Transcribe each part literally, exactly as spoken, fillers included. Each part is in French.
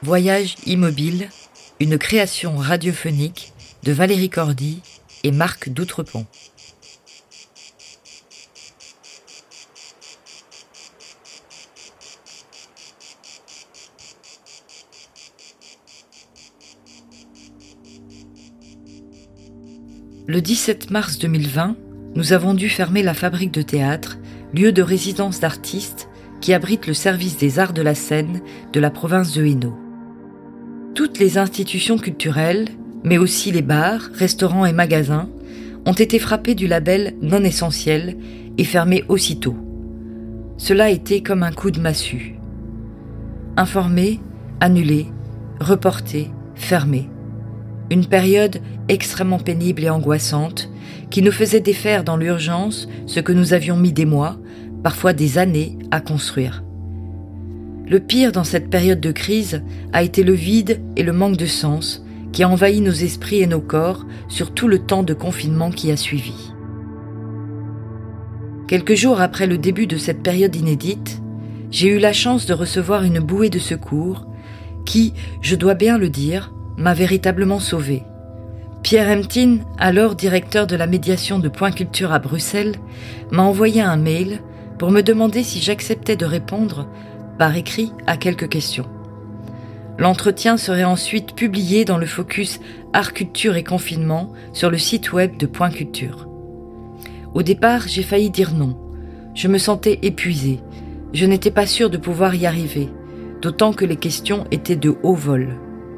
Voyage immobile, une création radiophonique de Valérie Cordy et Marc Doutrepont. Le dix-sept mars deux mille vingt, nous avons dû fermer la fabrique de théâtre, lieu de résidence d'artistes qui abrite le service des arts de la scène de la province de Hainaut. Toutes les institutions culturelles, mais aussi les bars, restaurants et magasins, ont été frappés du label non essentiel et fermés aussitôt. Cela a été comme un coup de massue. Informés, annulés, reportés, fermés. Une période extrêmement pénible et angoissante qui nous faisait défaire dans l'urgence ce que nous avions mis des mois, parfois des années, à construire. Le pire dans cette période de crise a été le vide et le manque de sens qui a envahi nos esprits et nos corps sur tout le temps de confinement qui a suivi. Quelques jours après le début de cette période inédite, j'ai eu la chance de recevoir une bouée de secours qui, je dois bien le dire, m'a véritablement sauvé. Pierre Emtine, alors directeur de la médiation de Point Culture à Bruxelles, m'a envoyé un mail pour me demander si j'acceptais de répondre par écrit à quelques questions. L'entretien serait ensuite publié dans le focus Art, Culture et Confinement sur le site web de Point Culture. Au départ, j'ai failli dire non. Je me sentais épuisée. Je n'étais pas sûre de pouvoir y arriver, d'autant que les questions étaient de haut vol.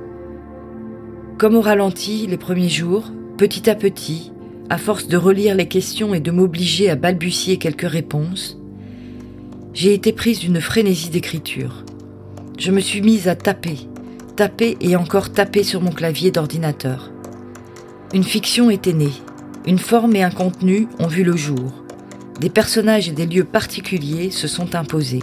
Comme au ralenti les premiers jours, petit à petit, à force de relire les questions et de m'obliger à balbutier quelques réponses, j'ai été prise d'une frénésie d'écriture. Je me suis mise à taper, taper et encore taper sur mon clavier d'ordinateur. Une fiction était née, une forme et un contenu ont vu le jour. Des personnages et des lieux particuliers se sont imposés.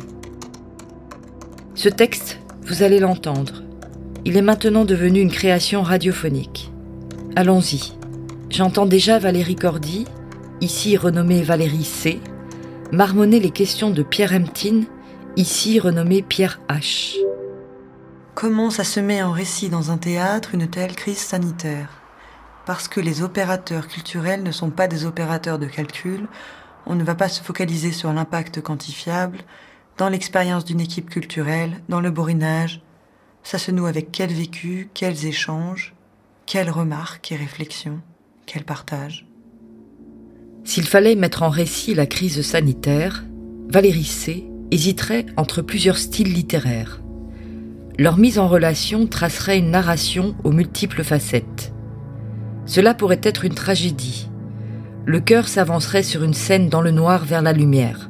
Ce texte, vous allez l'entendre. Il est maintenant devenu une création radiophonique. Allons-y. J'entends déjà Valérie Cordy, ici renommée Valérie C, marmonner les questions de Pierre Emtine, ici renommé Pierre H. Comment ça se met en récit dans un théâtre une telle crise sanitaire ? Parce que les opérateurs culturels ne sont pas des opérateurs de calcul, on ne va pas se focaliser sur l'impact quantifiable, dans l'expérience d'une équipe culturelle, dans le borinage. Ça se noue avec quel vécu, quels échanges, quelles remarques et réflexions, quel partage. S'il fallait mettre en récit la crise sanitaire, Valérie C hésiterait entre plusieurs styles littéraires. Leur mise en relation tracerait une narration aux multiples facettes. Cela pourrait être une tragédie. Le cœur s'avancerait sur une scène dans le noir vers la lumière.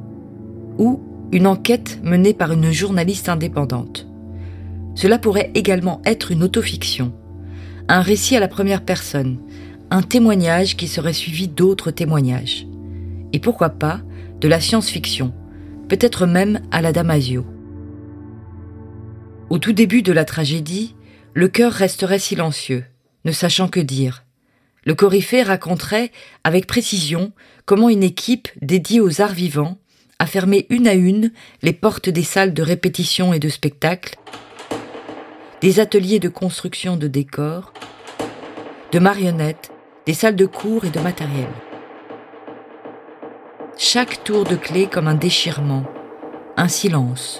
Ou une enquête menée par une journaliste indépendante. Cela pourrait également être une autofiction, un récit à la première personne, un témoignage qui serait suivi d'autres témoignages. Et pourquoi pas de la science-fiction, peut-être même à la Damasio. Au tout début de la tragédie, le cœur resterait silencieux, ne sachant que dire. Le coryphée raconterait avec précision comment une équipe dédiée aux arts vivants a fermé une à une les portes des salles de répétition et de spectacle, des ateliers de construction de décors, de marionnettes, des salles de cours et de matériel. Chaque tour de clé comme un déchirement, un silence.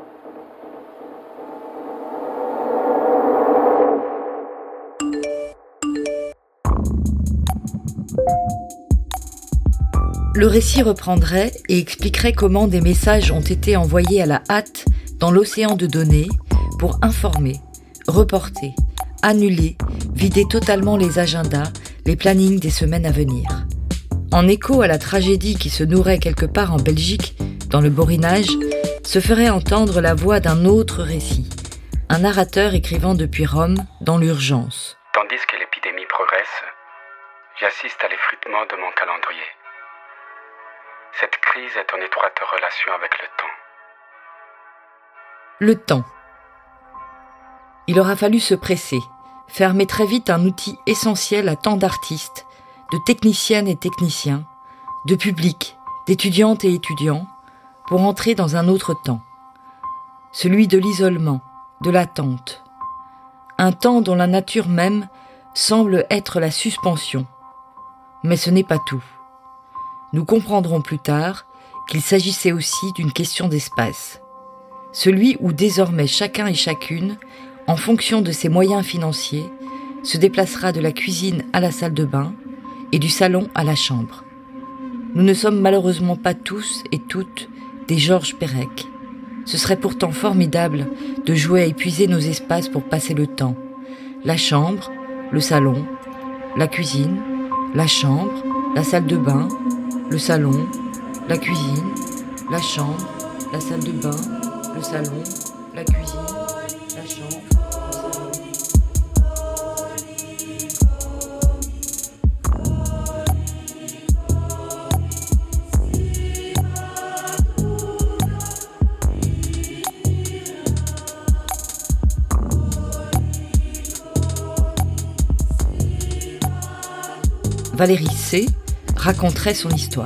Le récit reprendrait et expliquerait comment des messages ont été envoyés à la hâte dans l'océan de données pour informer, reporter, annuler, vider totalement les agendas, les plannings des semaines à venir. En écho à la tragédie qui se nourait quelque part en Belgique, dans le borinage, se ferait entendre la voix d'un autre récit, un narrateur écrivant depuis Rome dans l'urgence. Tandis que l'épidémie progresse, j'assiste à l'effritement de mon calendrier. Cette crise est en étroite relation avec le temps. Le temps. Il aura fallu se presser, fermer très vite un outil essentiel à tant d'artistes, de techniciennes et techniciens, de publics, d'étudiantes et étudiants, pour entrer dans un autre temps. Celui de l'isolement, de l'attente. Un temps dont la nature même semble être la suspension. Mais ce n'est pas tout. Nous comprendrons plus tard qu'il s'agissait aussi d'une question d'espace. Celui où désormais chacun et chacune, en fonction de ses moyens financiers, se déplacera de la cuisine à la salle de bain et du salon à la chambre. Nous ne sommes malheureusement pas tous et toutes des Georges Perec. Ce serait pourtant formidable de jouer à épuiser nos espaces pour passer le temps. La chambre, le salon, la cuisine, la chambre, la salle de bain, le salon, la cuisine, la chambre, la salle de bain, le salon, la cuisine, la chambre, le salon. Valérie C. raconterait son histoire.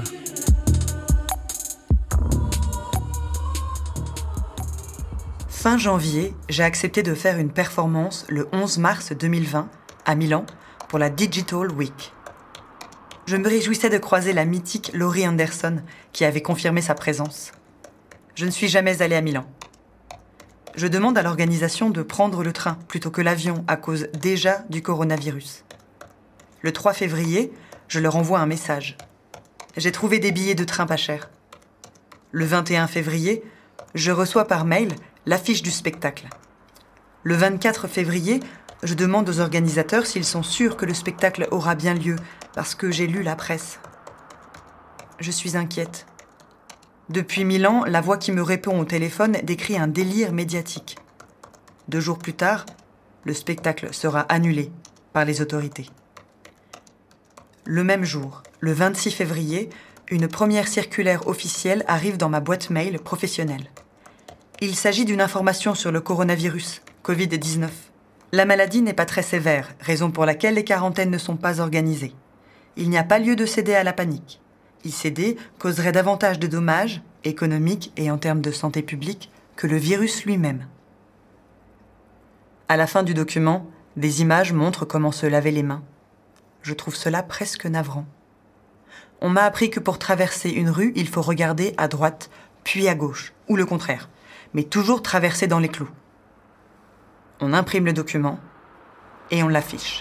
Fin janvier, j'ai accepté de faire une performance le onze mars deux mille vingt à Milan pour la Digital Week. Je me réjouissais de croiser la mythique Laurie Anderson qui avait confirmé sa présence. Je ne suis jamais allée à Milan. Je demande à l'organisation de prendre le train plutôt que l'avion à cause déjà du coronavirus. Le trois février, je leur envoie un message. J'ai trouvé des billets de train pas chers. Le vingt et un février, je reçois par mail l'affiche du spectacle. Le vingt-quatre février, je demande aux organisateurs s'ils sont sûrs que le spectacle aura bien lieu, parce que j'ai lu la presse. Je suis inquiète. Depuis Milan, la voix qui me répond au téléphone décrit un délire médiatique. Deux jours plus tard, le spectacle sera annulé par les autorités. Le même jour, le vingt-six février, une première circulaire officielle arrive dans ma boîte mail professionnelle. Il s'agit d'une information sur le coronavirus, covid dix-neuf. La maladie n'est pas très sévère, raison pour laquelle les quarantaines ne sont pas organisées. Il n'y a pas lieu de céder à la panique. Y céder causerait davantage de dommages, économiques et en termes de santé publique, que le virus lui-même. À la fin du document, des images montrent comment se laver les mains. Je trouve cela presque navrant. On m'a appris que pour traverser une rue, il faut regarder à droite, puis à gauche, ou le contraire, mais toujours traverser dans les clous. On imprime le document et on l'affiche.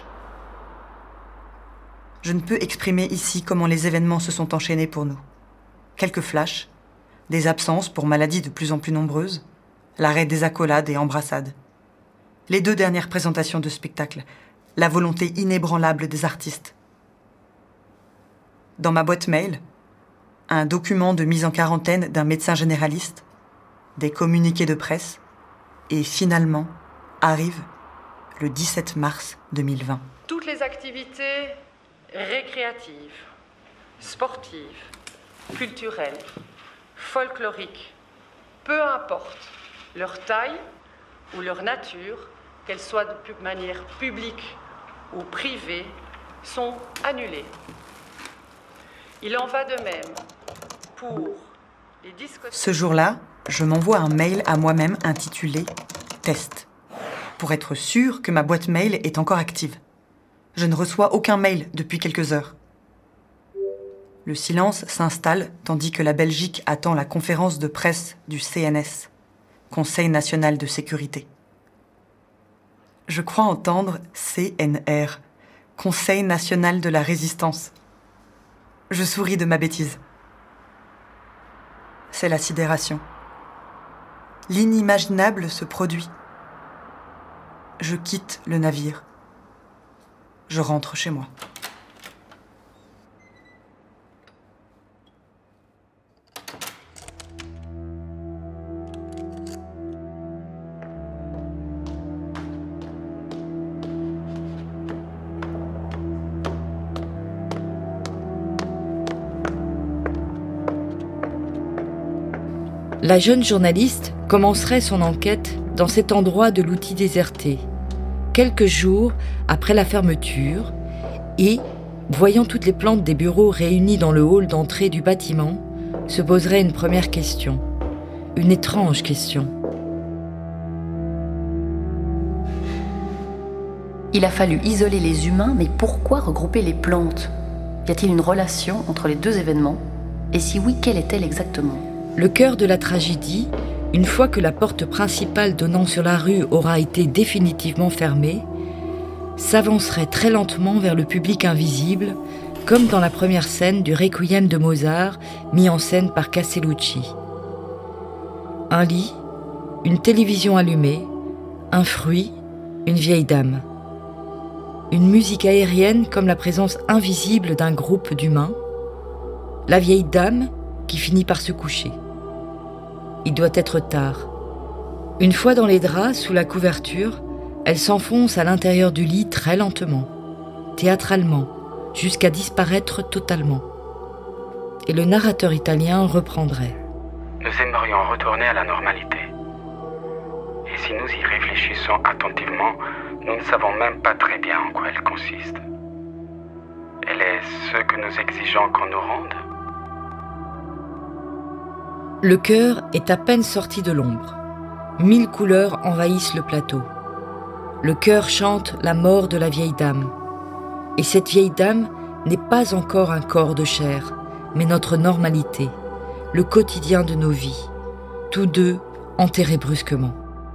Je ne peux exprimer ici comment les événements se sont enchaînés pour nous. Quelques flashs, des absences pour maladies de plus en plus nombreuses, l'arrêt des accolades et embrassades. Les deux dernières présentations de spectacle, la volonté inébranlable des artistes. Dans ma boîte mail, un document de mise en quarantaine d'un médecin généraliste, des communiqués de presse, et finalement arrive le dix-sept mars deux mille vingt. Toutes les activités récréatives, sportives, culturelles, folkloriques, peu importe leur taille ou leur nature, qu'elles soient de manière publique ou privée, sont annulées. Il en va de même pour les discothèques. Ce jour-là, je m'envoie un mail à moi-même intitulé « Test » pour être sûr que ma boîte mail est encore active. Je ne reçois aucun mail depuis quelques heures. Le silence s'installe tandis que la Belgique attend la conférence de presse du C N S, Conseil national de sécurité. Je crois entendre C N R, Conseil national de la résistance. Je souris de ma bêtise. C'est la sidération. L'inimaginable se produit. Je quitte le navire. Je rentre chez moi. La jeune journaliste commencerait son enquête dans cet endroit de l'outil déserté, quelques jours après la fermeture, et, voyant toutes les plantes des bureaux réunies dans le hall d'entrée du bâtiment, se poserait une première question, une étrange question. Il a fallu isoler les humains, mais pourquoi regrouper les plantes ? Y a-t-il une relation entre les deux événements ? Et si oui, quelle est-elle exactement ? Le cœur de la tragédie, une fois que la porte principale donnant sur la rue aura été définitivement fermée, s'avancerait très lentement vers le public invisible, comme dans la première scène du Requiem de Mozart, mis en scène par Castellucci. Un lit, une télévision allumée, un fruit, une vieille dame. Une musique aérienne comme la présence invisible d'un groupe d'humains. La vieille dame qui finit par se coucher. Il doit être tard. Une fois dans les draps, sous la couverture, elle s'enfonce à l'intérieur du lit très lentement, théâtralement, jusqu'à disparaître totalement. Et le narrateur italien reprendrait. Nous aimerions retourner à la normalité. Et si nous y réfléchissons attentivement, nous ne savons même pas très bien en quoi elle consiste. Elle est ce que nous exigeons qu'on nous rende. Le chœur est à peine sorti de l'ombre. Mille couleurs envahissent le plateau. Le chœur chante la mort de la vieille dame. Et cette vieille dame n'est pas encore un corps de chair, mais notre normalité, le quotidien de nos vies, tous deux enterrés brusquement.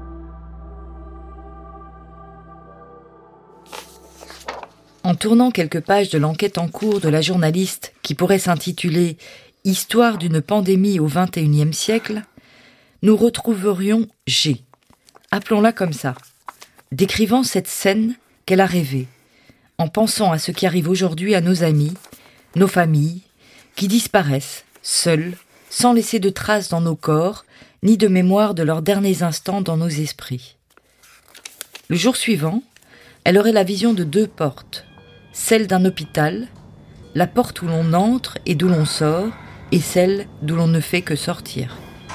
En tournant quelques pages de l'enquête en cours de la journaliste qui pourrait s'intituler « Histoire d'une pandémie au vingt et unième siècle », nous retrouverions G, appelons-la comme ça, décrivant cette scène qu'elle a rêvée, en pensant à ce qui arrive aujourd'hui à nos amis, nos familles, qui disparaissent, seuls, sans laisser de traces dans nos corps, ni de mémoire de leurs derniers instants dans nos esprits. Le jour suivant, elle aurait la vision de deux portes, celle d'un hôpital, la porte où l'on entre et d'où l'on sort, et celle d'où l'on ne fait que sortir.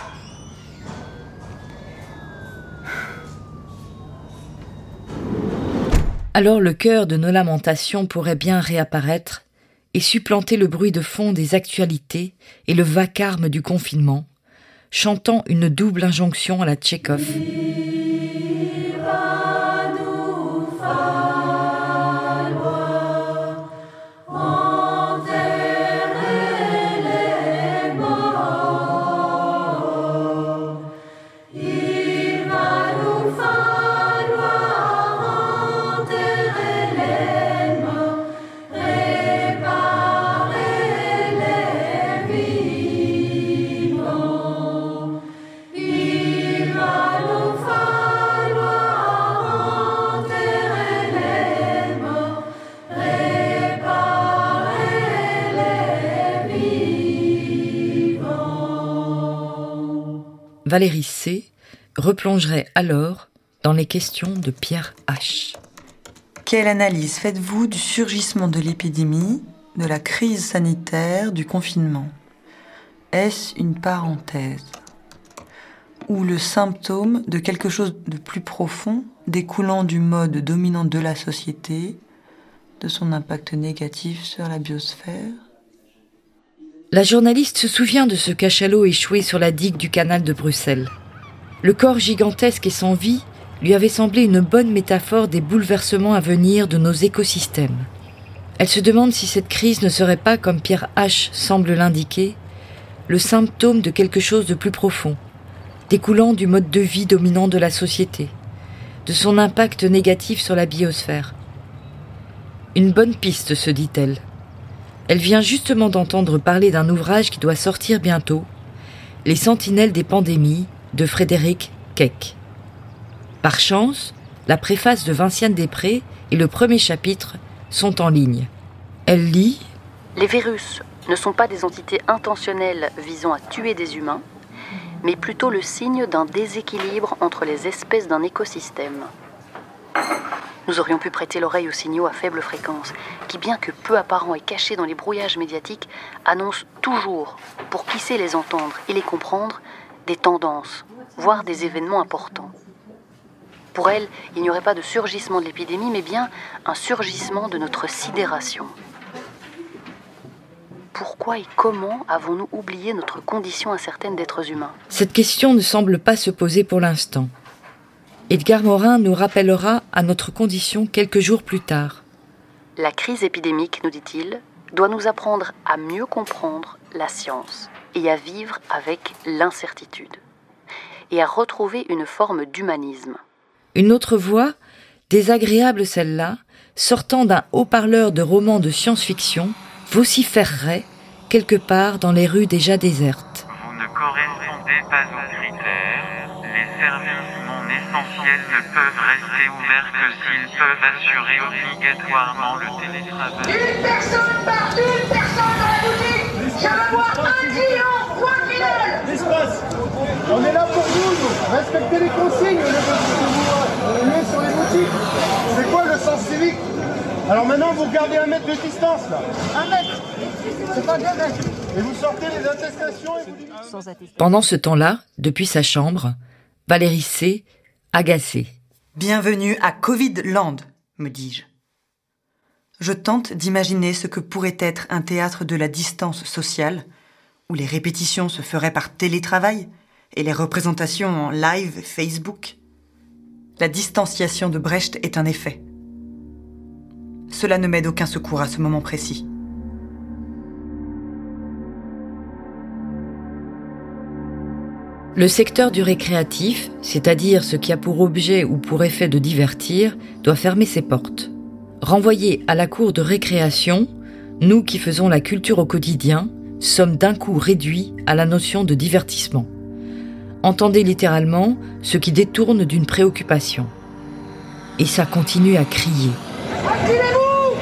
Alors le chœur de nos lamentations pourrait bien réapparaître et supplanter le bruit de fond des actualités et le vacarme du confinement, chantant une double injonction à la Tchekhov. Valérie C. replongerait alors dans les questions de Pierre H. Quelle analyse faites-vous du surgissement de l'épidémie, de la crise sanitaire, du confinement ? Est-ce une parenthèse ? Ou le symptôme de quelque chose de plus profond, découlant du mode dominant de la société, de son impact négatif sur la biosphère ? La journaliste se souvient de ce cachalot échoué sur la digue du canal de Bruxelles. Le corps gigantesque et sans vie lui avait semblé une bonne métaphore des bouleversements à venir de nos écosystèmes. Elle se demande si cette crise ne serait pas, comme Pierre H. semble l'indiquer, le symptôme de quelque chose de plus profond, découlant du mode de vie dominant de la société, de son impact négatif sur la biosphère. Une bonne piste, se dit-elle. Elle vient justement d'entendre parler d'un ouvrage qui doit sortir bientôt, Les Sentinelles des pandémies, de Frédéric Keck. Par chance, la préface de Vinciane Després et le premier chapitre sont en ligne. Elle lit « Les virus ne sont pas des entités intentionnelles visant à tuer des humains, mais plutôt le signe d'un déséquilibre entre les espèces d'un écosystème. Nous aurions pu prêter l'oreille aux signaux à faible fréquence, qui, bien que peu apparents et cachés dans les brouillages médiatiques, annoncent toujours, pour qui sait les entendre et les comprendre, des tendances, voire des événements importants. Pour elle, il n'y aurait pas de surgissement de l'épidémie, mais bien un surgissement de notre sidération. Pourquoi et comment avons-nous oublié notre condition incertaine d'êtres humains ? Cette question ne semble pas se poser pour l'instant. Edgar Morin nous rappellera à notre condition quelques jours plus tard. La crise épidémique, nous dit-il, doit nous apprendre à mieux comprendre la science et à vivre avec l'incertitude et à retrouver une forme d'humanisme. Une autre voix, désagréable celle-là, sortant d'un haut-parleur de roman de science-fiction, vociférerait quelque part dans les rues déjà désertes. Vous ne correspondez pas aux critères. Les services non essentiels ne peuvent rester ouverts que s'ils peuvent assurer obligatoirement le télétravail. Une personne par une personne dans la boutique. Je veux voir un client, quoi qu'il aille. L'espace. On est là pour vous, nous. Respectez les consignes, le vous met sur les boutiques. C'est quoi le sens civique? Alors maintenant, vous gardez un mètre de distance, là. Un mètre. C'est pas deux mètres. Et vous sortez les attestations et vous... Pendant ce temps-là, depuis sa chambre, Valérie C., agacée. Bienvenue à Covid Land, me dis-je. Je tente d'imaginer ce que pourrait être un théâtre de la distance sociale, où les répétitions se feraient par télétravail et les représentations en live Facebook. La distanciation de Brecht est un effet. Cela ne m'aide aucun secours à ce moment précis. Le secteur du récréatif, c'est-à-dire ce qui a pour objet ou pour effet de divertir, doit fermer ses portes. Renvoyés à la cour de récréation, nous qui faisons la culture au quotidien, sommes d'un coup réduits à la notion de divertissement. Entendez littéralement ce qui détourne d'une préoccupation. Et ça continue à crier. Activez-vous.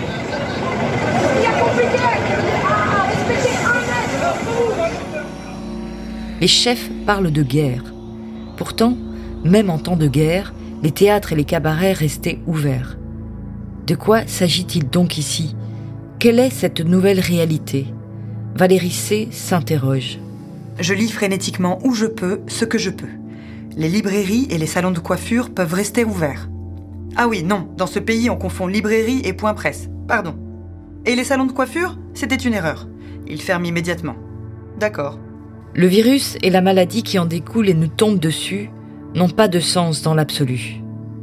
Il y a compliqué. Ah, respectez un mètre. Les chefs parlent de guerre. Pourtant, même en temps de guerre, les théâtres et les cabarets restaient ouverts. De quoi s'agit-il donc ici ? Quelle est cette nouvelle réalité ? Valérie C. s'interroge. Je lis frénétiquement où je peux, ce que je peux. Les librairies et les salons de coiffure peuvent rester ouverts. Ah oui, non, dans ce pays on confond librairie et point presse. Pardon. Et les salons de coiffure ? C'était une erreur. Ils ferment immédiatement. D'accord. Le virus et la maladie qui en découle et nous tombent dessus n'ont pas de sens dans l'absolu.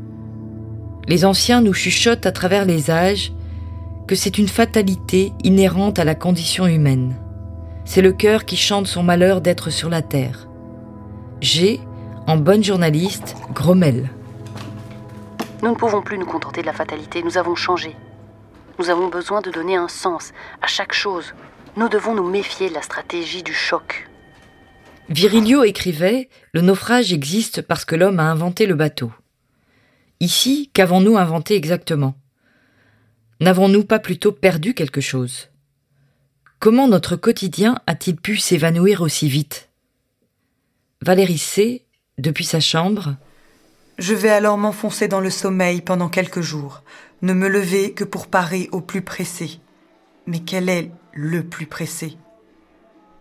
Les anciens nous chuchotent à travers les âges que c'est une fatalité inhérente à la condition humaine. C'est le cœur qui chante son malheur d'être sur la terre. J'ai, en bonne journaliste, grommelle. Nous ne pouvons plus nous contenter de la fatalité, nous avons changé. Nous avons besoin de donner un sens à chaque chose. Nous devons nous méfier de la stratégie du choc. Virilio écrivait « Le naufrage existe parce que l'homme a inventé le bateau ». Ici, qu'avons-nous inventé exactement ? N'avons-nous pas plutôt perdu quelque chose ? Comment notre quotidien a-t-il pu s'évanouir aussi vite ? Valérie C., depuis sa chambre... Je vais alors m'enfoncer dans le sommeil pendant quelques jours, ne me lever que pour parer au plus pressé. Mais quel est le plus pressé ? L'organisation ?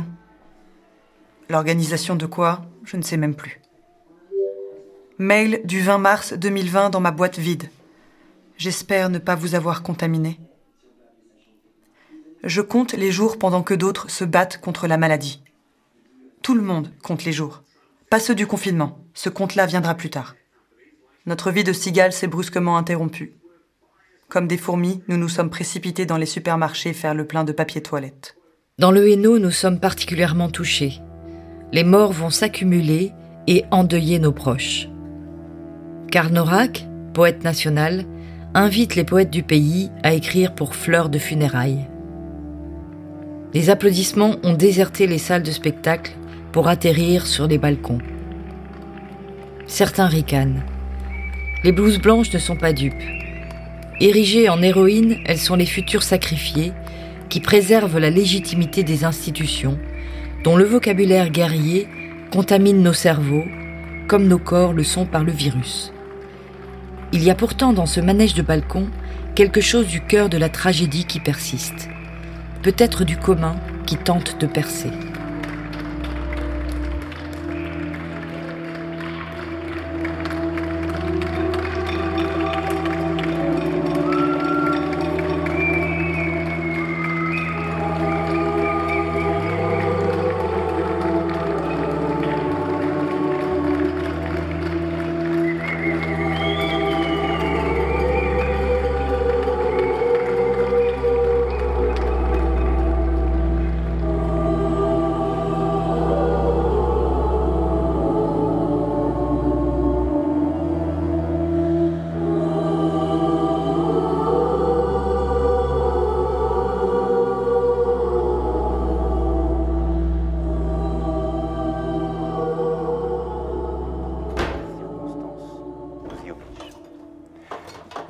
L'organisation de quoi ? Je ne sais même plus. Mail du vingt mars deux mille vingt dans ma boîte vide. J'espère ne pas vous avoir contaminé. Je compte les jours pendant que d'autres se battent contre la maladie. Tout le monde compte les jours. Pas ceux du confinement. Ce compte-là viendra plus tard. Notre vie de cigale s'est brusquement interrompue. Comme des fourmis, nous nous sommes précipités dans les supermarchés faire le plein de papier toilette. Dans le Hainaut, nous sommes particulièrement touchés. Les morts vont s'accumuler et endeuiller nos proches. Karl Norak, poète national, invite les poètes du pays à écrire pour fleurs de funérailles. Les applaudissements ont déserté les salles de spectacle pour atterrir sur les balcons. Certains ricanent. Les blouses blanches ne sont pas dupes. Érigées en héroïnes, elles sont les futures sacrifiées qui préservent la légitimité des institutions, dont le vocabulaire guerrier contamine nos cerveaux, comme nos corps le sont par le virus. Il y a pourtant dans ce manège de balcon quelque chose du cœur de la tragédie qui persiste, peut-être du commun qui tente de percer.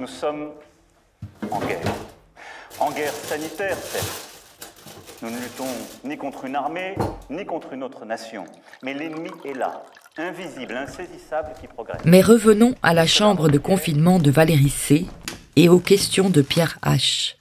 Nous sommes en guerre. En guerre sanitaire, certes. Nous ne luttons ni contre une armée, ni contre une autre nation. Mais l'ennemi est là, invisible, insaisissable, qui progresse. Mais revenons à la chambre de confinement de Valérie C. et aux questions de Pierre H.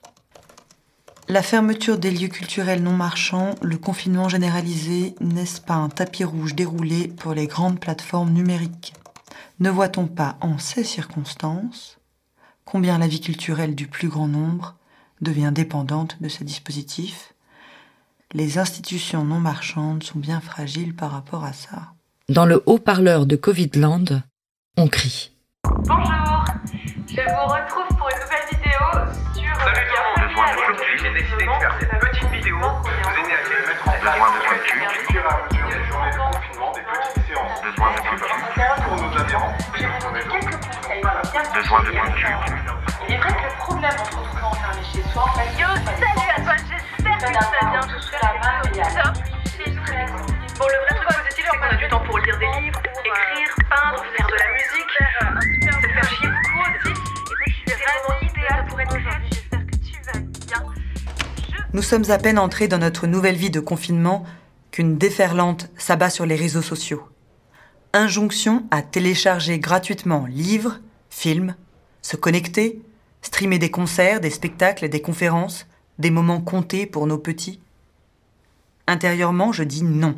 La fermeture des lieux culturels non marchands, le confinement généralisé, n'est-ce pas un tapis rouge déroulé pour les grandes plateformes numériques ? Ne voit-on pas en ces circonstances combien la vie culturelle du plus grand nombre devient dépendante de ces dispositifs ? Les institutions non marchandes sont bien fragiles par rapport à ça. Dans le haut-parleur de Covidland, on crie. Bonjour, je vous retrouve pour une nouvelle vidéo sur... Salut tout le monde, aujourd'hui j'ai décidé de faire cette petite vidéo pour vous aider à les mettre en place. Besoin de culture. Au fur et à mesure des journées de confinement, des petites séances. Besoin de culture. Pour nos adhérents. Je vais vous donner quelques conseils bien Besoin de culture. Il est vrai que le problème en se retrouvant enfermé chez soi, en fait... Yo, salut à toi, j'espère que tu vas bien. Tout sous la main, il y a... Bon, le vrai truc positif, c'est qu'on a du temps pour lire des livres, écrire, peindre, faire de la musique, se faire chier beaucoup aussi. Écoute, c'est vraiment idéal pour être aujourd'hui. J'espère que tu vas bien. Nous sommes à peine entrés dans notre nouvelle vie de confinement qu'une déferlante s'abat sur les réseaux sociaux. Injonction à télécharger gratuitement livres, films, se connecter, streamer des concerts, des spectacles, des conférences, des moments comptés pour nos petits. Intérieurement, je dis non.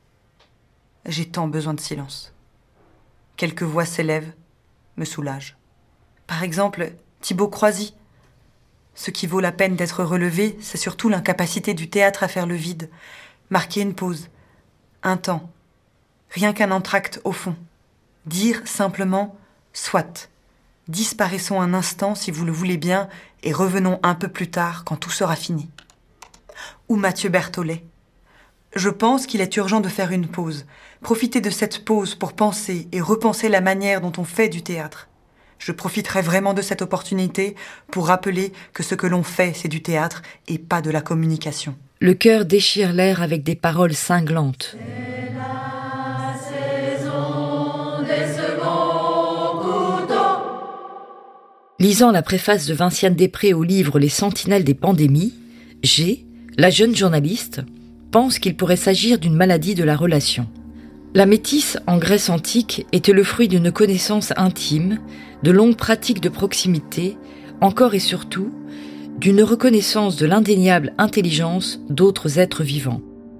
J'ai tant besoin de silence. Quelques voix s'élèvent, me soulagent. Par exemple, Thibaut Croisy. Ce qui vaut la peine d'être relevé, c'est surtout l'incapacité du théâtre à faire le vide, marquer une pause, un temps, rien qu'un entracte au fond. Dire simplement « soit ». Disparaissons un instant si vous le voulez bien et revenons un peu plus tard quand tout sera fini. Ou Mathieu Berthollet. Je pense qu'il est urgent de faire une pause. Profiter de cette pause pour penser et repenser la manière dont on fait du théâtre. Je profiterai vraiment de cette opportunité pour rappeler que ce que l'on fait, c'est du théâtre et pas de la communication. Le cœur déchire l'air avec des paroles cinglantes. C'est la saison des seconds couteaux. Lisant la préface de Vinciane Després au livre Les Sentinelles des pandémies, G, la jeune journaliste, pense qu'il pourrait s'agir d'une maladie de la relation. La métisse, en Grèce antique, était le fruit d'une connaissance intime, de longues pratiques de proximité, encore et surtout, d'une reconnaissance de l'indéniable intelligence d'autres êtres vivants.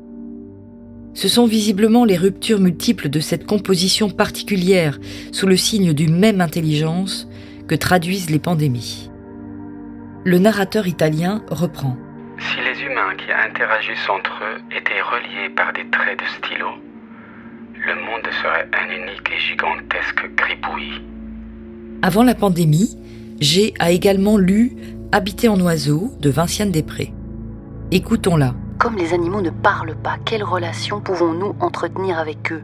Ce sont visiblement les ruptures multiples de cette composition particulière sous le signe d'une même intelligence que traduisent les pandémies. Le narrateur italien reprend. Si les humains qui interagissent entre eux étaient reliés par des traits de stylo, le monde serait un unique et gigantesque gribouillis. Avant la pandémie, G a également lu Habiter en oiseau de Vinciane Després. Écoutons-la. Comme les animaux ne parlent pas, quelle relation pouvons-nous entretenir avec eux ?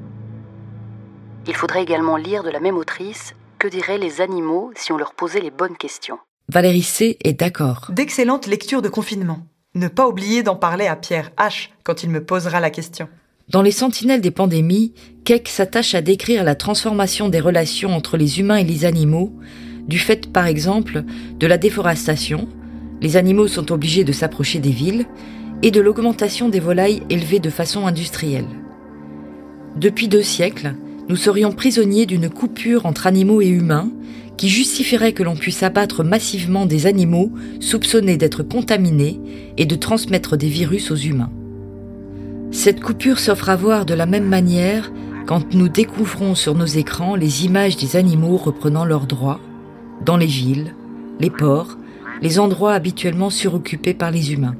Il faudrait également lire de la même autrice Que diraient les animaux si on leur posait les bonnes questions ? Valérie C. est d'accord. D'excellentes lectures de confinement. Ne pas oublier d'en parler à Pierre H. quand il me posera la question. Dans Les Sentinelles des pandémies, Keck s'attache à décrire la transformation des relations entre les humains et les animaux, du fait par exemple de la déforestation, les animaux sont obligés de s'approcher des villes, et de l'augmentation des volailles élevées de façon industrielle. Depuis deux siècles, nous serions prisonniers d'une coupure entre animaux et humains qui justifierait que l'on puisse abattre massivement des animaux soupçonnés d'être contaminés et de transmettre des virus aux humains. Cette coupure s'offre à voir de la même manière quand nous découvrons sur nos écrans les images des animaux reprenant leurs droits, dans les villes, les ports, les endroits habituellement suroccupés par les humains.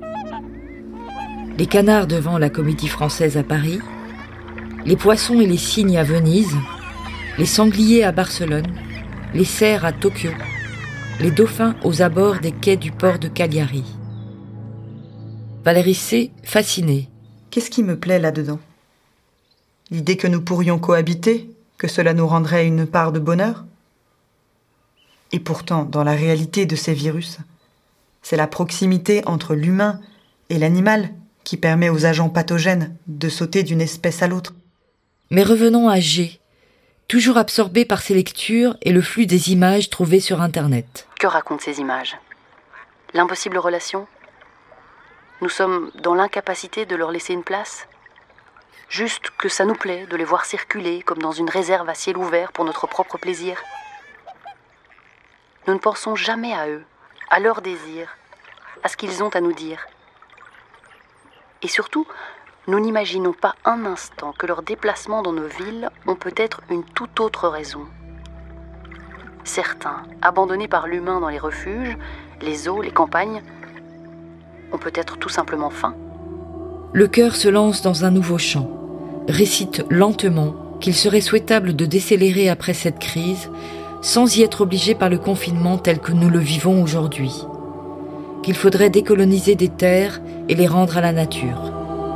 Les canards devant la Comédie Française à Paris, les poissons et les cygnes à Venise, les sangliers à Barcelone, les cerfs à Tokyo, les dauphins aux abords des quais du port de Cagliari. Valérie C., fascinée. Qu'est-ce qui me plaît là-dedans ? L'idée que nous pourrions cohabiter, que cela nous rendrait une part de bonheur ? Et pourtant, dans la réalité de ces virus, c'est la proximité entre l'humain et l'animal qui permet aux agents pathogènes de sauter d'une espèce à l'autre. Mais revenons à G. toujours absorbé par ses lectures et le flux des images trouvées sur Internet. Que racontent ces images ? L'impossible relation ? Nous sommes dans l'incapacité de leur laisser une place ? Juste que ça nous plaît de les voir circuler comme dans une réserve à ciel ouvert pour notre propre plaisir. Nous ne pensons jamais à eux, à leurs désirs, à ce qu'ils ont à nous dire. Et surtout, nous n'imaginons pas un instant que leurs déplacements dans nos villes ont peut-être une toute autre raison. Certains, abandonnés par l'humain dans les refuges, les eaux, les campagnes, ont peut-être tout simplement faim. Le cœur se lance dans un nouveau chant, récite lentement qu'il serait souhaitable de décélérer après cette crise, sans y être obligé par le confinement tel que nous le vivons aujourd'hui. Qu'il faudrait décoloniser des terres et les rendre à la nature.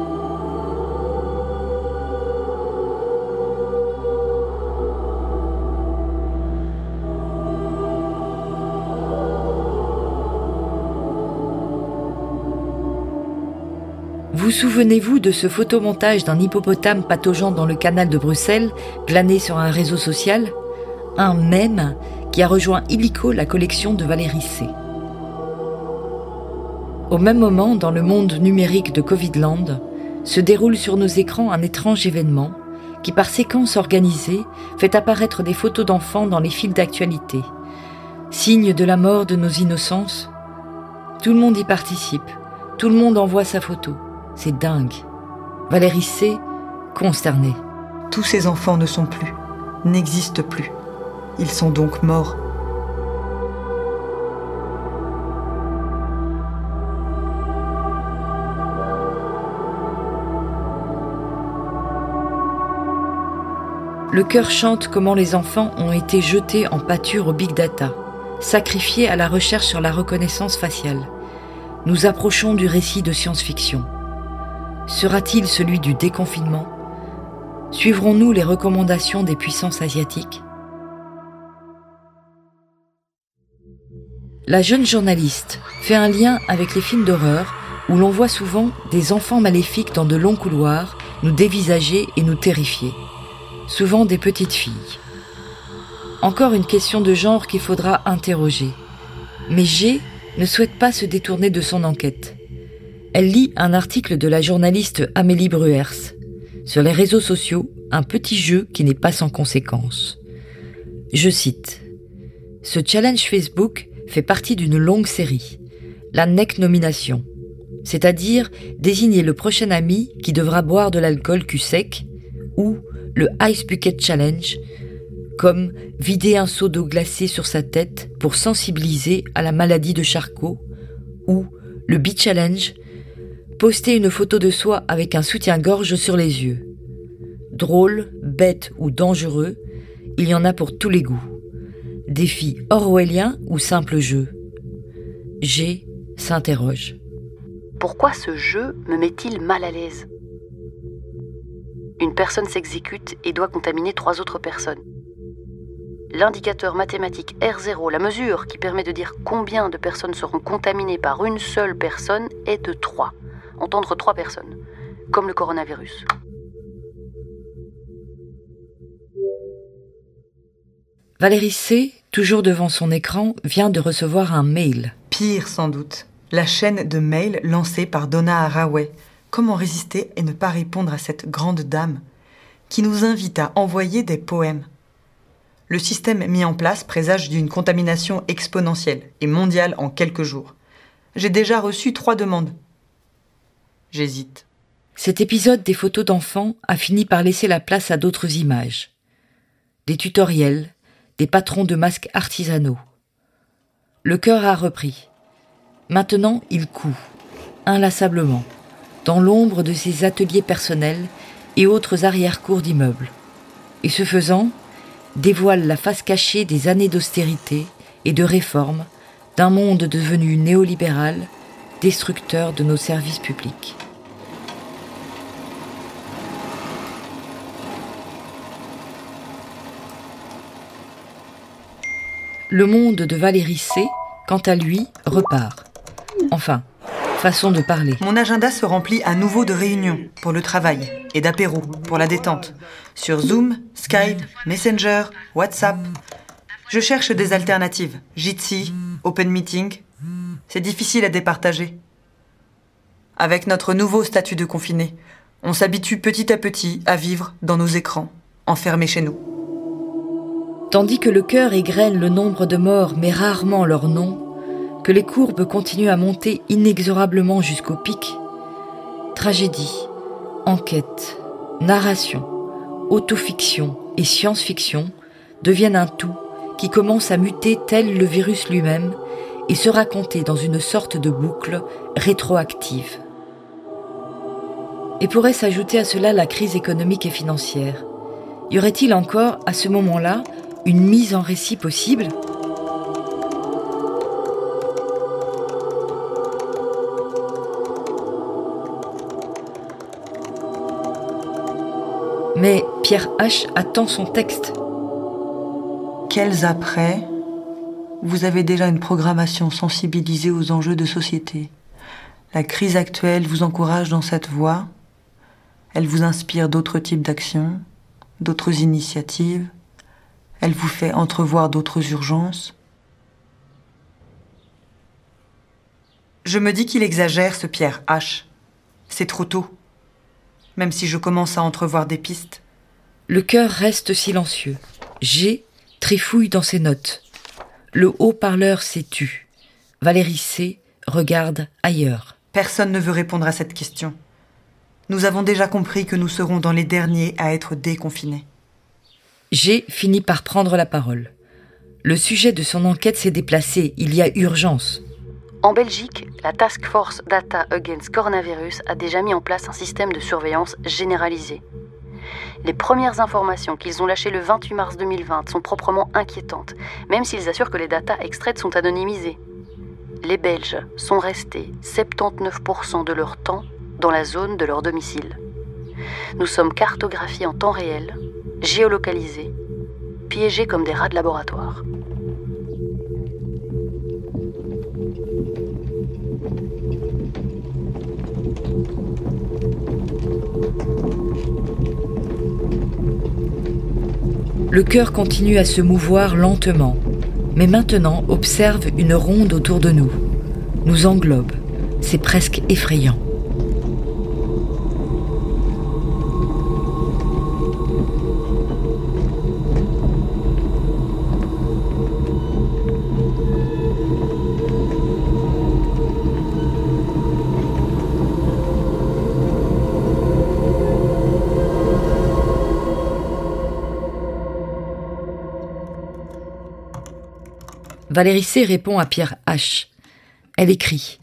Vous souvenez-vous de ce photomontage d'un hippopotame pataugeant dans le canal de Bruxelles, glané sur un réseau social ? Un mème qui a rejoint illico la collection de Valérie C. Au même moment, dans le monde numérique de Covidland, se déroule sur nos écrans un étrange événement qui, par séquences organisées, fait apparaître des photos d'enfants dans les fils d'actualité. Signe de la mort de nos innocences. Tout le monde y participe, tout le monde envoie sa photo. C'est dingue. Valérie C., consternée. Tous ces enfants ne sont plus, n'existent plus. Ils sont donc morts. Le cœur chante comment les enfants ont été jetés en pâture au big data, sacrifiés à la recherche sur la reconnaissance faciale. Nous approchons du récit de science-fiction. Sera-t-il celui du déconfinement ? Suivrons-nous les recommandations des puissances asiatiques ? La jeune journaliste fait un lien avec les films d'horreur où l'on voit souvent des enfants maléfiques dans de longs couloirs nous dévisager et nous terrifier. Souvent des petites filles. Encore une question de genre qu'il faudra interroger. Mais G ne souhaite pas se détourner de son enquête. Elle lit un article de la journaliste Amélie Bruers. Sur les réseaux sociaux, un petit jeu qui n'est pas sans conséquences. Je cite. « Ce challenge Facebook fait partie d'une longue série, la N E C nomination, c'est-à-dire désigner le prochain ami qui devra boire de l'alcool cul sec, ou le Ice Bucket Challenge, comme vider un seau d'eau glacée sur sa tête pour sensibiliser à la maladie de Charcot, ou le Beach Challenge, poster une photo de soi avec un soutien-gorge sur les yeux. Drôle, bête ou dangereux, il y en a pour tous les goûts. Défi orwellien ou simple jeu ? G s'interroge. Pourquoi ce jeu me met-il mal à l'aise ? Une personne s'exécute et doit contaminer trois autres personnes. L'indicateur mathématique R zéro, la mesure qui permet de dire combien de personnes seront contaminées par une seule personne, est de trois. Entendre trois personnes, comme le coronavirus. Valérie C., toujours devant son écran, vient de recevoir un mail. Pire sans doute, la chaîne de mails lancée par Donna Haraway. Comment résister et ne pas répondre à cette grande dame qui nous invite à envoyer des poèmes ? Le système mis en place présage d'une contamination exponentielle et mondiale en quelques jours. J'ai déjà reçu trois demandes. J'hésite. Cet épisode des photos d'enfants a fini par laisser la place à d'autres images. Des tutoriels, des patrons de masques artisanaux. Le cœur a repris. Maintenant, il coud, inlassablement, dans l'ombre de ses ateliers personnels et autres arrière-cours d'immeubles. Et ce faisant, dévoile la face cachée des années d'austérité et de réforme d'un monde devenu néolibéral, destructeur de nos services publics. Le monde de Valérie C., quant à lui, repart. Enfin, façon de parler. Mon agenda se remplit à nouveau de réunions pour le travail et d'apéros pour la détente. Sur Zoom, Skype, Messenger, WhatsApp. Je cherche des alternatives. Jitsi, Open Meeting. C'est difficile à départager. Avec notre nouveau statut de confiné, on s'habitue petit à petit à vivre dans nos écrans, enfermés chez nous. Tandis que le cœur égrène le nombre de morts mais rarement leur nom, que les courbes continuent à monter inexorablement jusqu'au pic, tragédie, enquête, narration, autofiction et science-fiction deviennent un tout qui commence à muter tel le virus lui-même et se raconter dans une sorte de boucle rétroactive. Et pourrait s'ajouter à cela la crise économique et financière. Y aurait-il encore, à ce moment-là, une mise en récit possible ? Mais Pierre H attend son texte. Quels après ? Vous avez déjà une programmation sensibilisée aux enjeux de société. La crise actuelle vous encourage dans cette voie. Elle vous inspire d'autres types d'actions, d'autres initiatives. Elle vous fait entrevoir d'autres urgences. Je me dis qu'il exagère, ce Pierre H. C'est trop tôt. Même si je commence à entrevoir des pistes. Le cœur reste silencieux. G trifouille dans ses notes. Le haut-parleur s'est tu. Valérie C regarde ailleurs. Personne ne veut répondre à cette question. Nous avons déjà compris que nous serons dans les derniers à être déconfinés. G finit par prendre la parole. Le sujet de son enquête s'est déplacé. Il y a urgence. En Belgique, la Task Force Data Against Coronavirus a déjà mis en place un système de surveillance généralisé. Les premières informations qu'ils ont lâchées le vingt-huit mars deux mille vingt sont proprement inquiétantes, même s'ils assurent que les datas extraites sont anonymisées. Les Belges sont restés soixante-dix-neuf pour cent de leur temps dans la zone de leur domicile. Nous sommes cartographiés en temps réel, géolocalisés, piégés comme des rats de laboratoire. Le cœur continue à se mouvoir lentement, mais maintenant observe une ronde autour de nous. Nous englobe. C'est presque effrayant. Valérie C répond à Pierre H. Elle écrit.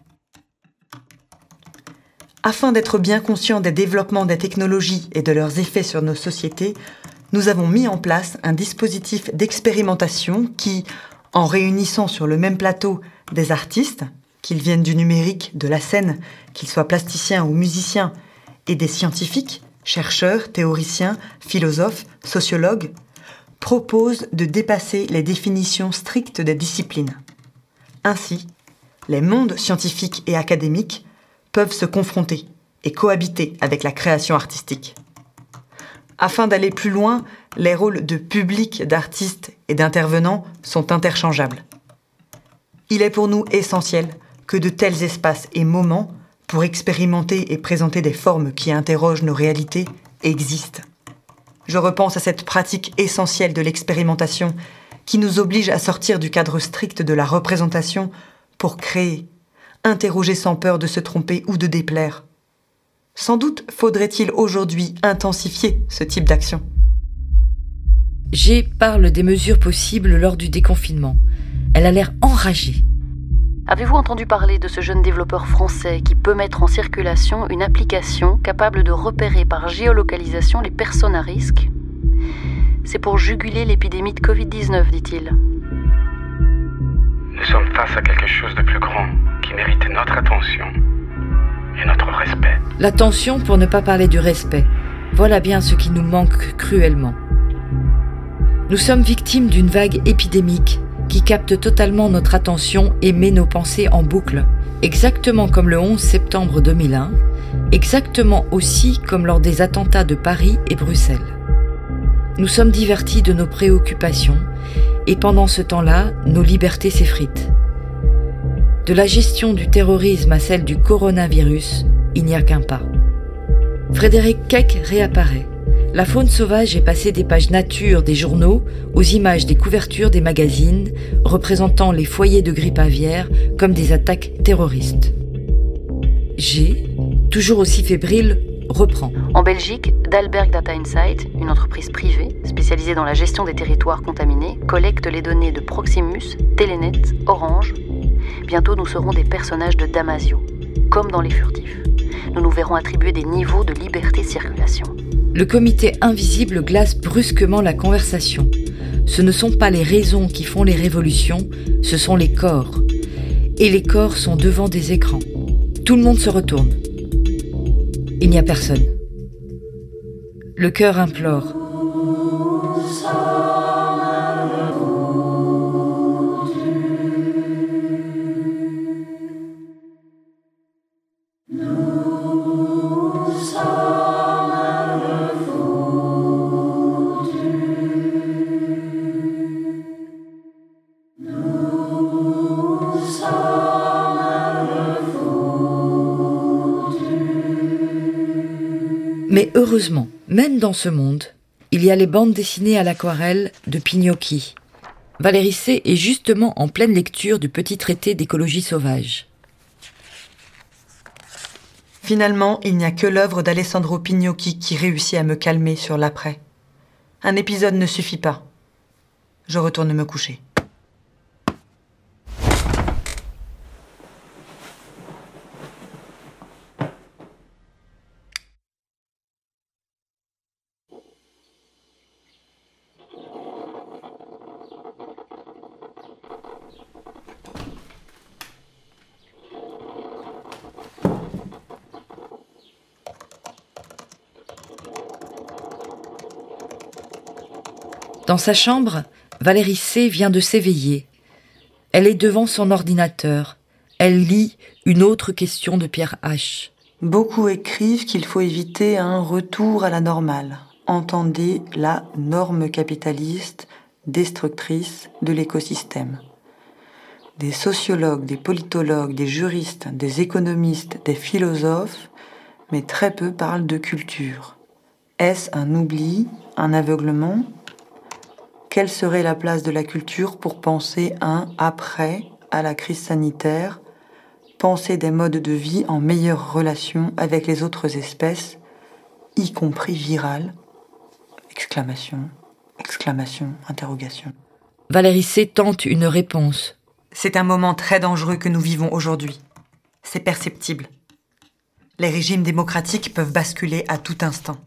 Afin d'être bien conscients des développements des technologies et de leurs effets sur nos sociétés, nous avons mis en place un dispositif d'expérimentation qui, en réunissant sur le même plateau des artistes, qu'ils viennent du numérique, de la scène, qu'ils soient plasticiens ou musiciens, et des scientifiques, chercheurs, théoriciens, philosophes, sociologues, propose de dépasser les définitions strictes des disciplines. Ainsi, les mondes scientifiques et académiques peuvent se confronter et cohabiter avec la création artistique. Afin d'aller plus loin, les rôles de public, d'artistes et d'intervenants sont interchangeables. Il est pour nous essentiel que de tels espaces et moments pour expérimenter et présenter des formes qui interrogent nos réalités existent. Je repense à cette pratique essentielle de l'expérimentation qui nous oblige à sortir du cadre strict de la représentation pour créer, interroger sans peur de se tromper ou de déplaire. Sans doute faudrait-il aujourd'hui intensifier ce type d'action. G parle des mesures possibles lors du déconfinement. Elle a l'air enragée. Avez-vous entendu parler de ce jeune développeur français qui peut mettre en circulation une application capable de repérer par géolocalisation les personnes à risque ? C'est pour juguler l'épidémie de covid dix-neuf, dit-il. Nous sommes face à quelque chose de plus grand qui mérite notre attention et notre respect. L'attention pour ne pas parler du respect. Voilà bien ce qui nous manque cruellement. Nous sommes victimes d'une vague épidémique qui capte totalement notre attention et met nos pensées en boucle. exactement comme le onze septembre deux mille un, exactement aussi comme lors des attentats de Paris et Bruxelles. Nous sommes divertis de nos préoccupations et pendant ce temps-là, nos libertés s'effritent. De la gestion du terrorisme à celle du coronavirus, il n'y a qu'un pas. Frédéric Keck réapparaît. La faune sauvage est passée des pages nature des journaux aux images des couvertures des magazines représentant les foyers de grippe aviaire comme des attaques terroristes. G, toujours aussi fébrile, reprend. En Belgique, Dalberg Data Insight, une entreprise privée spécialisée dans la gestion des territoires contaminés, collecte les données de Proximus, Telenet, Orange. Bientôt, nous serons des personnages de Damasio, comme dans Les Furtifs. Nous nous verrons attribuer des niveaux de liberté de circulation. Le comité invisible glace brusquement la conversation. Ce ne sont pas les raisons qui font les révolutions, ce sont les corps. Et les corps sont devant des écrans. Tout le monde se retourne. Il n'y a personne. Le cœur implore. Mais heureusement, même dans ce monde, il y a les bandes dessinées à l'aquarelle de Pignocchi. Valérie C. est justement en pleine lecture du petit traité d'écologie sauvage. Finalement, il n'y a que l'œuvre d'Alessandro Pignocchi qui réussit à me calmer sur l'après. Un épisode ne suffit pas. Je retourne me coucher. Dans sa chambre, Valérie C. vient de s'éveiller. Elle est devant son ordinateur. Elle lit une autre question de Pierre H. Beaucoup écrivent qu'il faut éviter un retour à la normale. Entendez la norme capitaliste destructrice de l'écosystème. Des sociologues, des politologues, des juristes, des économistes, des philosophes, mais très peu parlent de culture. Est-ce un oubli, un aveuglement ? Quelle serait la place de la culture pour penser un après à la crise sanitaire, penser des modes de vie en meilleure relation avec les autres espèces, y compris virales ? Exclamation, exclamation, interrogation. Valérie C. tente une réponse. C'est un moment très dangereux que nous vivons aujourd'hui. C'est perceptible. Les régimes démocratiques peuvent basculer à tout instant.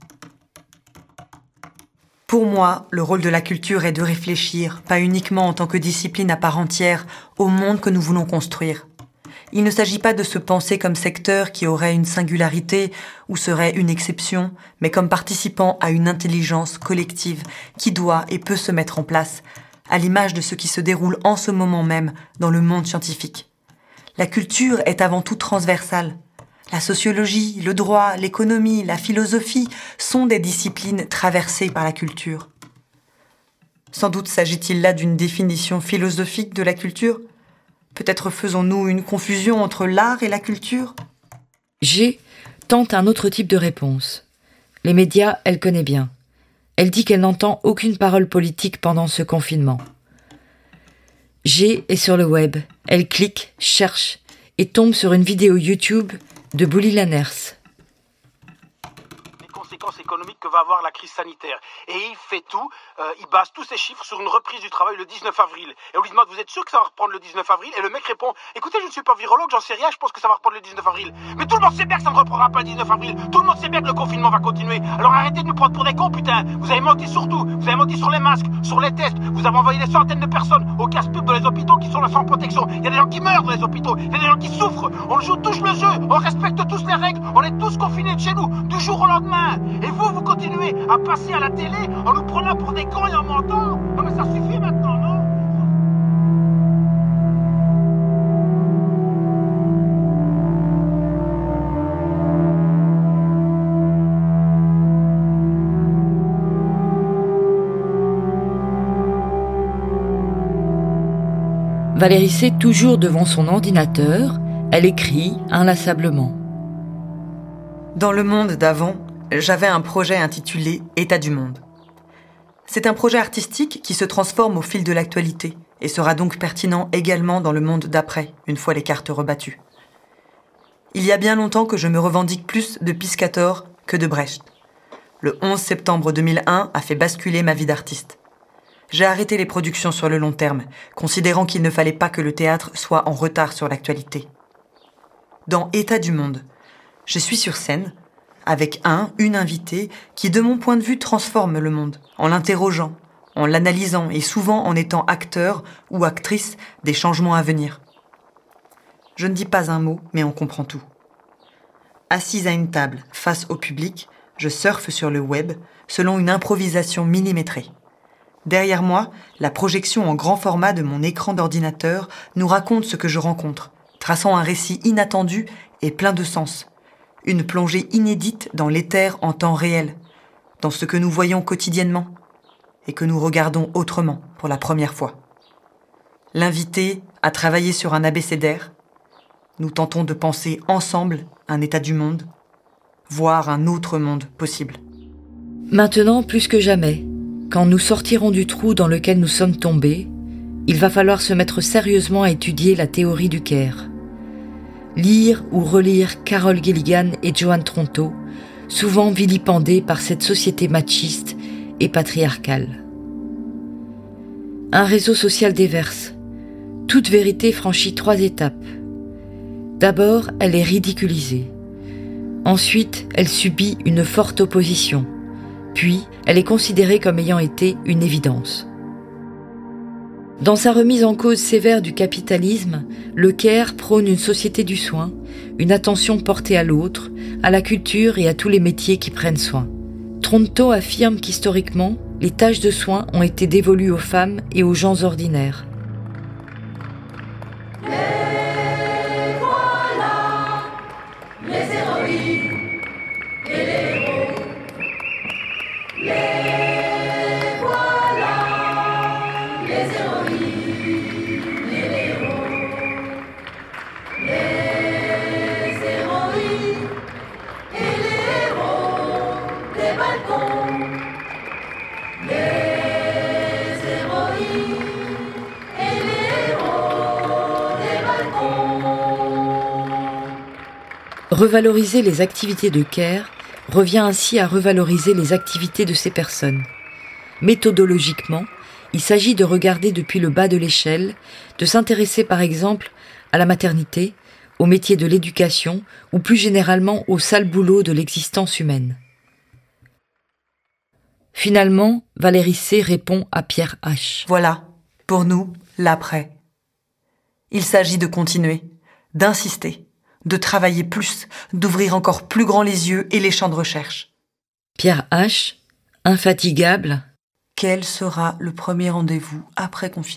Pour moi, le rôle de la culture est de réfléchir, pas uniquement en tant que discipline à part entière, au monde que nous voulons construire. Il ne s'agit pas de se penser comme secteur qui aurait une singularité ou serait une exception, mais comme participant à une intelligence collective qui doit et peut se mettre en place, à l'image de ce qui se déroule en ce moment même dans le monde scientifique. La culture est avant tout transversale. La sociologie, le droit, l'économie, la philosophie sont des disciplines traversées par la culture. Sans doute s'agit-il là d'une définition philosophique de la culture ? Peut-être faisons-nous une confusion entre l'art et la culture ? G tente un autre type de réponse. Les médias, elle connaît bien. Elle dit qu'elle n'entend aucune parole politique pendant ce confinement. G est sur le web. Elle clique, cherche et tombe sur une vidéo YouTube de Bouli Lanners. conséquences économiques que va avoir la crise sanitaire. Et il fait tout, euh, il base tous ses chiffres sur une reprise du travail le dix-neuf avril. Et on lui demande, vous êtes sûr que ça va reprendre le dix-neuf avril? Et le mec répond, écoutez, je ne suis pas virologue, j'en sais rien, je pense que ça va reprendre le dix-neuf avril. Mais tout le monde sait bien que ça ne reprendra pas le dix-neuf avril. Tout le monde sait bien que le confinement va continuer. Alors arrêtez de nous prendre pour des cons, putain. Vous avez menti sur tout. Vous avez menti sur les masques, sur les tests. Vous avez envoyé des centaines de personnes au casse-pipe dans les hôpitaux qui sont là sans protection. Il y a des gens qui meurent dans les hôpitaux. Il y a des gens qui souffrent. On joue tous le jeu. On respecte tous les règles. On est tous confinés de chez nous, du jour au lendemain. Et vous, vous continuez à passer à la télé en nous prenant pour des cons et en mentant. Non mais ça suffit maintenant, non? Valérie C, toujours devant son ordinateur, elle écrit inlassablement. Dans le monde d'avant, j'avais un projet intitulé État du monde. C'est un projet artistique qui se transforme au fil de l'actualité et sera donc pertinent également dans le monde d'après, une fois les cartes rebattues. Il y a bien longtemps que je me revendique plus de Piscator que de Brecht. Le onze septembre deux mille un a fait basculer ma vie d'artiste. J'ai arrêté les productions sur le long terme, considérant qu'il ne fallait pas que le théâtre soit en retard sur l'actualité. Dans État du monde, je suis sur scène, avec un, une invitée qui, de mon point de vue, transforme le monde, en l'interrogeant, en l'analysant et souvent en étant acteur ou actrice des changements à venir. Je ne dis pas un mot, mais on comprend tout. Assise à une table, face au public, je surfe sur le web, selon une improvisation millimétrée. Derrière moi, la projection en grand format de mon écran d'ordinateur nous raconte ce que je rencontre, traçant un récit inattendu et plein de sens. Une plongée inédite dans l'éther en temps réel, dans ce que nous voyons quotidiennement et que nous regardons autrement pour la première fois. L'invité a travaillé sur un abécédaire. Nous tentons de penser ensemble un état du monde, voir un autre monde possible. Maintenant, plus que jamais, quand nous sortirons du trou dans lequel nous sommes tombés, il va falloir se mettre sérieusement à étudier la théorie du Caire. Lire ou relire Carol Gilligan et Joan Tronto, souvent vilipendés par cette société machiste et patriarcale. Un réseau social déverse. Toute vérité franchit trois étapes. D'abord, elle est ridiculisée. Ensuite, elle subit une forte opposition. Puis, elle est considérée comme ayant été une évidence. Dans sa remise en cause sévère du capitalisme, le Caire prône une société du soin, une attention portée à l'autre, à la culture et à tous les métiers qui prennent soin. Tronto affirme qu'historiquement, les tâches de soins ont été dévolues aux femmes et aux gens ordinaires. Revaloriser les activités de Caire revient ainsi à revaloriser les activités de ces personnes. Méthodologiquement, il s'agit de regarder depuis le bas de l'échelle, de s'intéresser par exemple à la maternité, au métier de l'éducation ou plus généralement au sale boulot de l'existence humaine. Finalement, Valérie C répond à Pierre H. Voilà, pour nous, l'après. Il s'agit de continuer, d'insister, de travailler plus, d'ouvrir encore plus grand les yeux et les champs de recherche. Pierre H, infatigable. Quel sera le premier rendez-vous après confinement ?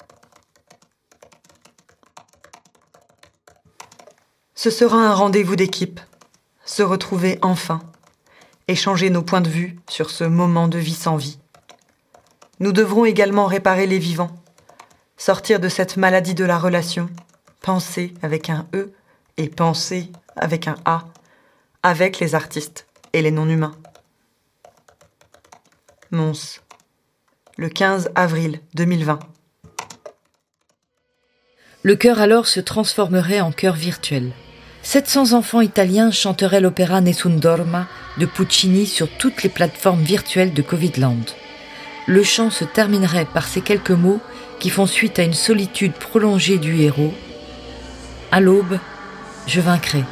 Ce sera un rendez-vous d'équipe, se retrouver enfin, échanger nos points de vue sur ce moment de vie sans vie. Nous devrons également réparer les vivants, sortir de cette maladie de la relation, penser avec un E et penser avec un A, avec les artistes et les non-humains. Mons, le quinze avril deux mille vingt. Le chœur alors se transformerait en chœur virtuel. sept cents enfants italiens chanteraient l'opéra Nessun Dorma de Puccini sur toutes les plateformes virtuelles de Covidland. Le chant se terminerait par ces quelques mots qui font suite à une solitude prolongée du héros. À l'aube, je vaincrai.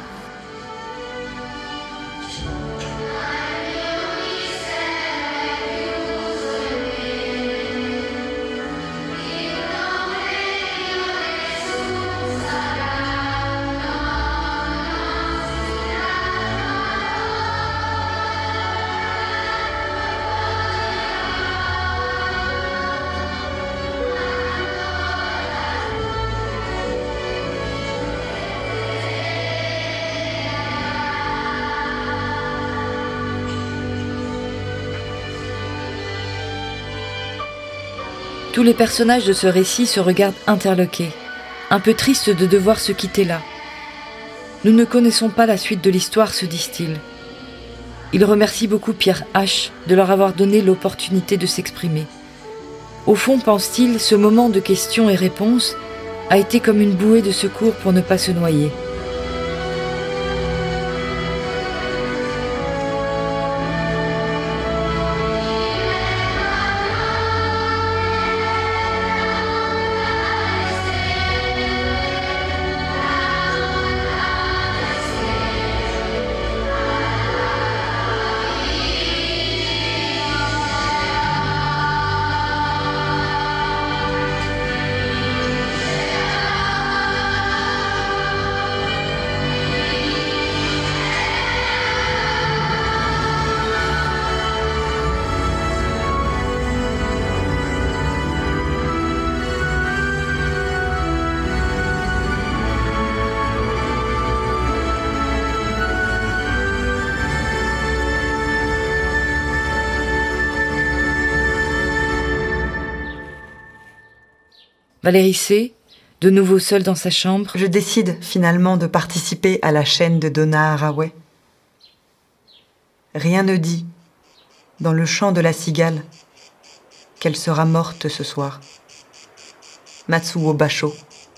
Tous les personnages de ce récit se regardent interloqués, un peu tristes de devoir se quitter là. Nous ne connaissons pas la suite de l'histoire, se disent-ils. Ils remercient beaucoup Pierre H. de leur avoir donné l'opportunité de s'exprimer. Au fond, pense-t-il, ce moment de questions et réponses a été comme une bouée de secours pour ne pas se noyer. Valérie C., de nouveau seule dans sa chambre. Je décide finalement de participer à la chaîne de Donna Haraway. Rien ne dit, dans le chant de la cigale, qu'elle sera morte ce soir. Matsuo Basho.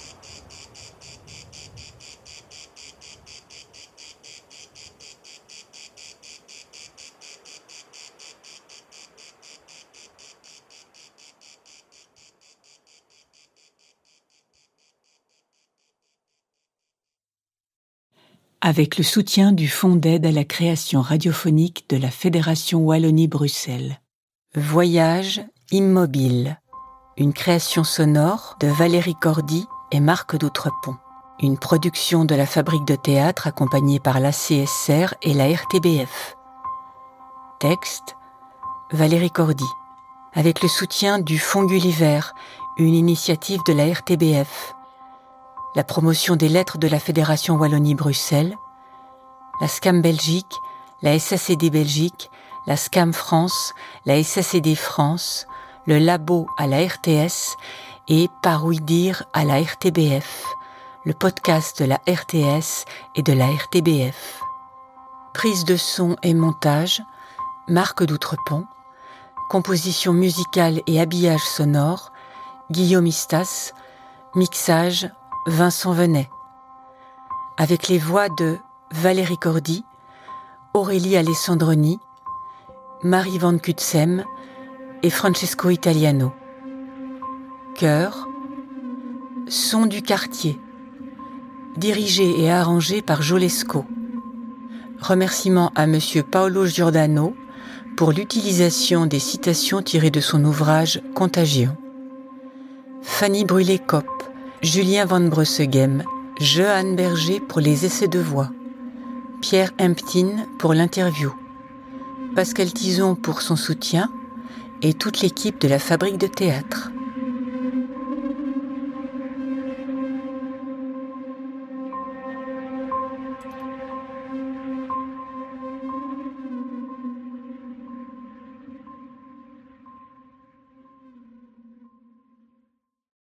Avec le soutien du Fonds d'aide à la création radiophonique de la Fédération Wallonie-Bruxelles. Voyage immobile, une création sonore de Valérie Cordy et Marc d'Outrepont. Une production de la Fabrique de théâtre accompagnée par l'A C S R et la R T B F. Texte, Valérie Cordy. Avec le soutien du Fonds Gulliver, une initiative de la R T B F. La promotion des lettres de la Fédération Wallonie-Bruxelles, la S C A M Belgique, la S A C D Belgique, la S C A M France, la S A C D France, le Labo à la R T S et Par ouï dire à la R T B F, le podcast de la R T S et de la R T B F. Prise de son et montage, Marc d'Outrepont. Composition musicale et habillage sonore, Guillaume Istas. Mixage, Vincent Venet. Avec les voix de Valérie Cordy, Aurélie Alessandroni, Marie Van Cutsem et Francesco Italiano. Chœur, Son du quartier, dirigé et arrangé par Jolesco. Remerciements à Monsieur Paolo Giordano pour l'utilisation des citations tirées de son ouvrage Contagion. Fanny Brûlé-Kopp, Julien Van Breusseghem, Jeanne Berger pour les essais de voix, Pierre Emptin pour l'interview, Pascal Tison pour son soutien et toute l'équipe de la Fabrique de théâtre.